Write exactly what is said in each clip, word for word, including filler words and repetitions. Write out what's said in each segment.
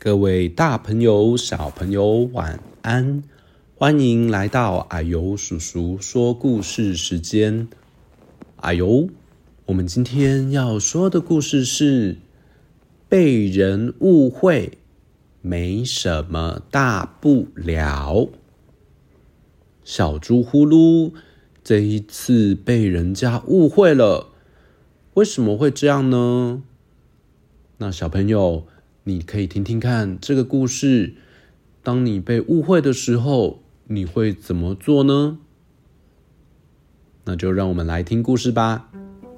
各位大朋友、小朋友晚安，欢迎来到啊呦叔叔说故事时间。啊呦，我们今天要说的故事是被人误会，没什么大不了。小猪呼噜这一次被人家误会了，为什么会这样呢？那小朋友，你可以听听看这个故事，当你被误会的时候，你会怎么做呢？那就让我们来听故事吧。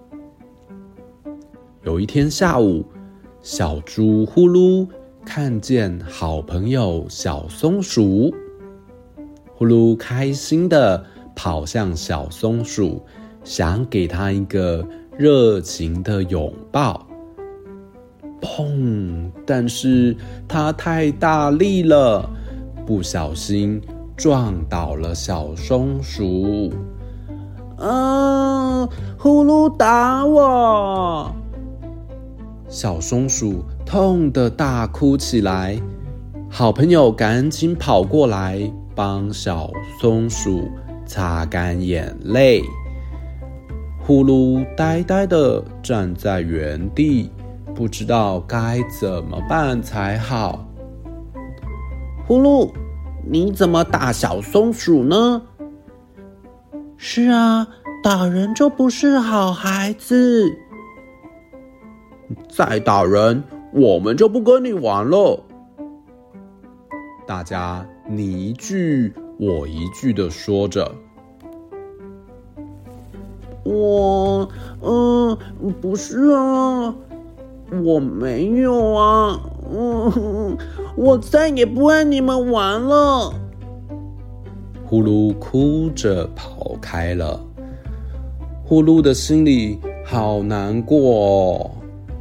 有一天下午，小猪呼噜看见好朋友小松鼠，呼噜开心地跑向小松鼠，想给它一个热情的拥抱。砰！但是它太大力了，不小心撞倒了小松鼠。啊！呼噜打我！小松鼠痛得大哭起来。好朋友赶紧跑过来帮小松鼠擦干眼泪。呼噜呆呆地站在原地，不知道该怎么办才好。呼噜，你怎么打小松鼠呢？是啊，打人就不是好孩子。再打人，我们就不跟你玩了。大家你一句我一句的说着。我，嗯、呃，不是啊。我没有啊，嗯，我再也不和你们玩了。呼噜哭着跑开了，呼噜的心里好难过哦。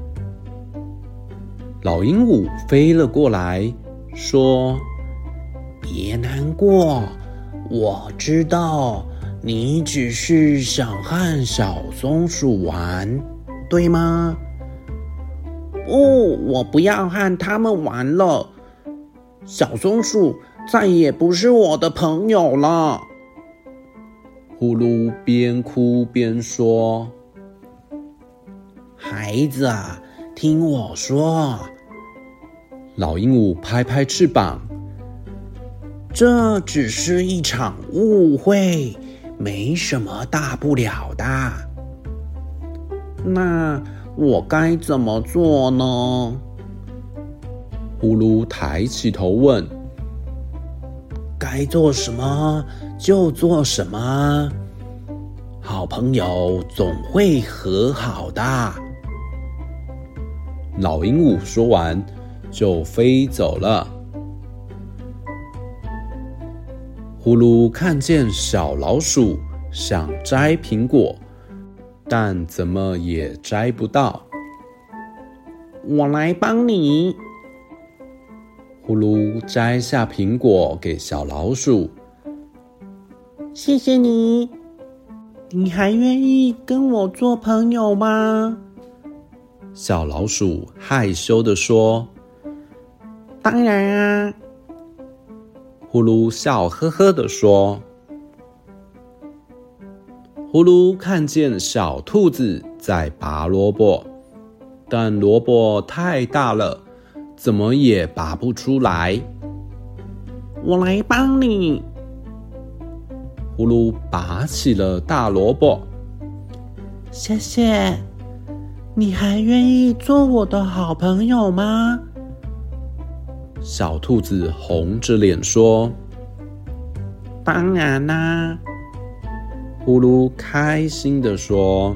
老鹦鹉飞了过来，说：“别难过，我知道你只是想和小松鼠玩，对吗？”不，我不要和他们玩了。小松鼠再也不是我的朋友了。呼噜边哭边说：“孩子啊，听我说。”老鹦鹉拍拍翅膀：“这只是一场误会，没什么大不了的。那我该怎么做呢？”呼噜抬起头问：“该做什么就做什么，好朋友总会和好的。”老鹦鹉说完就飞走了。呼噜看见小老鼠想摘苹果，但怎么也摘不到。我来帮你。呼噜摘下苹果给小老鼠。谢谢你。你还愿意跟我做朋友吗？小老鼠害羞地说。当然啊。呼噜笑呵呵地说。呼噜看见小兔子在拔萝卜，但萝卜太大了，怎么也拔不出来。我来帮你。呼噜拔起了大萝卜。谢谢。你还愿意做我的好朋友吗？小兔子红着脸说。当然啦。呼噜开心地说。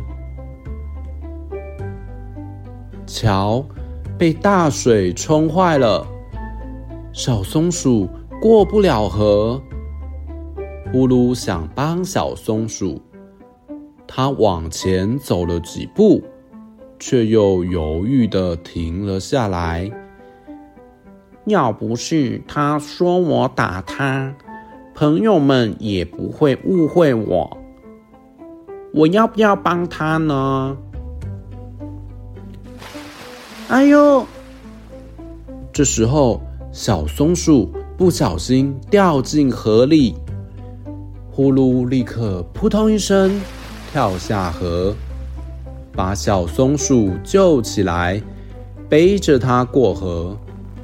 瞧，被大水冲坏了，小松鼠过不了河。呼噜想帮小松鼠，它往前走了几步，却又犹豫地停了下来。要不是他说我打他，朋友们也不会误会我。我要不要帮他呢？哎呦！ 这时候，小松鼠不小心掉进河里，呼噜立刻扑通一声跳下河，把小松鼠救起来，背着它过河。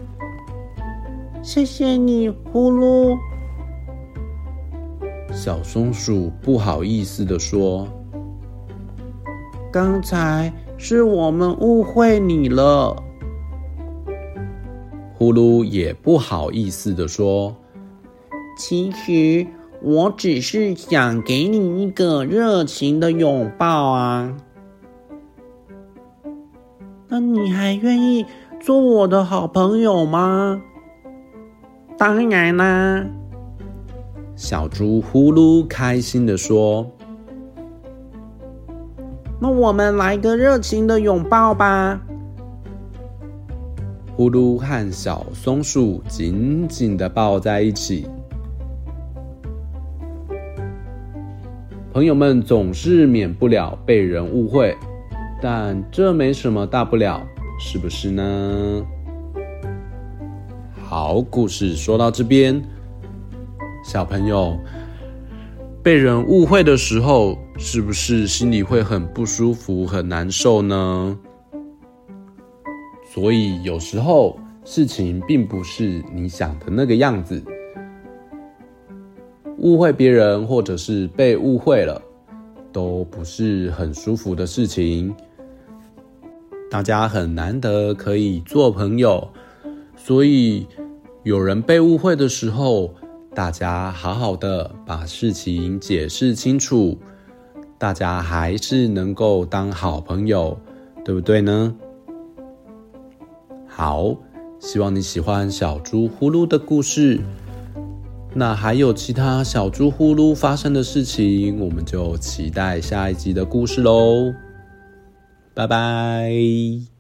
谢谢你，呼噜。 小松鼠不好意思地说：“ 刚才是我们误会你了。” 呼噜也不好意思地说：“ 其实我只是想给你一个热情的拥抱啊。”那你还愿意做我的好朋友吗？当然啦。 小猪呼噜开心地说：“ 那我们来个热情的拥抱吧。” 呼噜和小松鼠紧紧地抱在一起。朋友们总是免不了被人误会，但这没什么大不了，是不是呢？好，故事说到这边，小朋友，被人误会的时候，是不是心里会很不舒服、很难受呢？所以有时候事情并不是你想的那个样子，误会别人或者是被误会了，都不是很舒服的事情。大家很难得可以做朋友，所以有人被误会的时候，大家好好的把事情解释清楚，大家还是能够当好朋友，对不对呢？好，希望你喜欢小猪呼噜的故事。那还有其他小猪呼噜发生的事情，我们就期待下一集的故事咯。拜拜。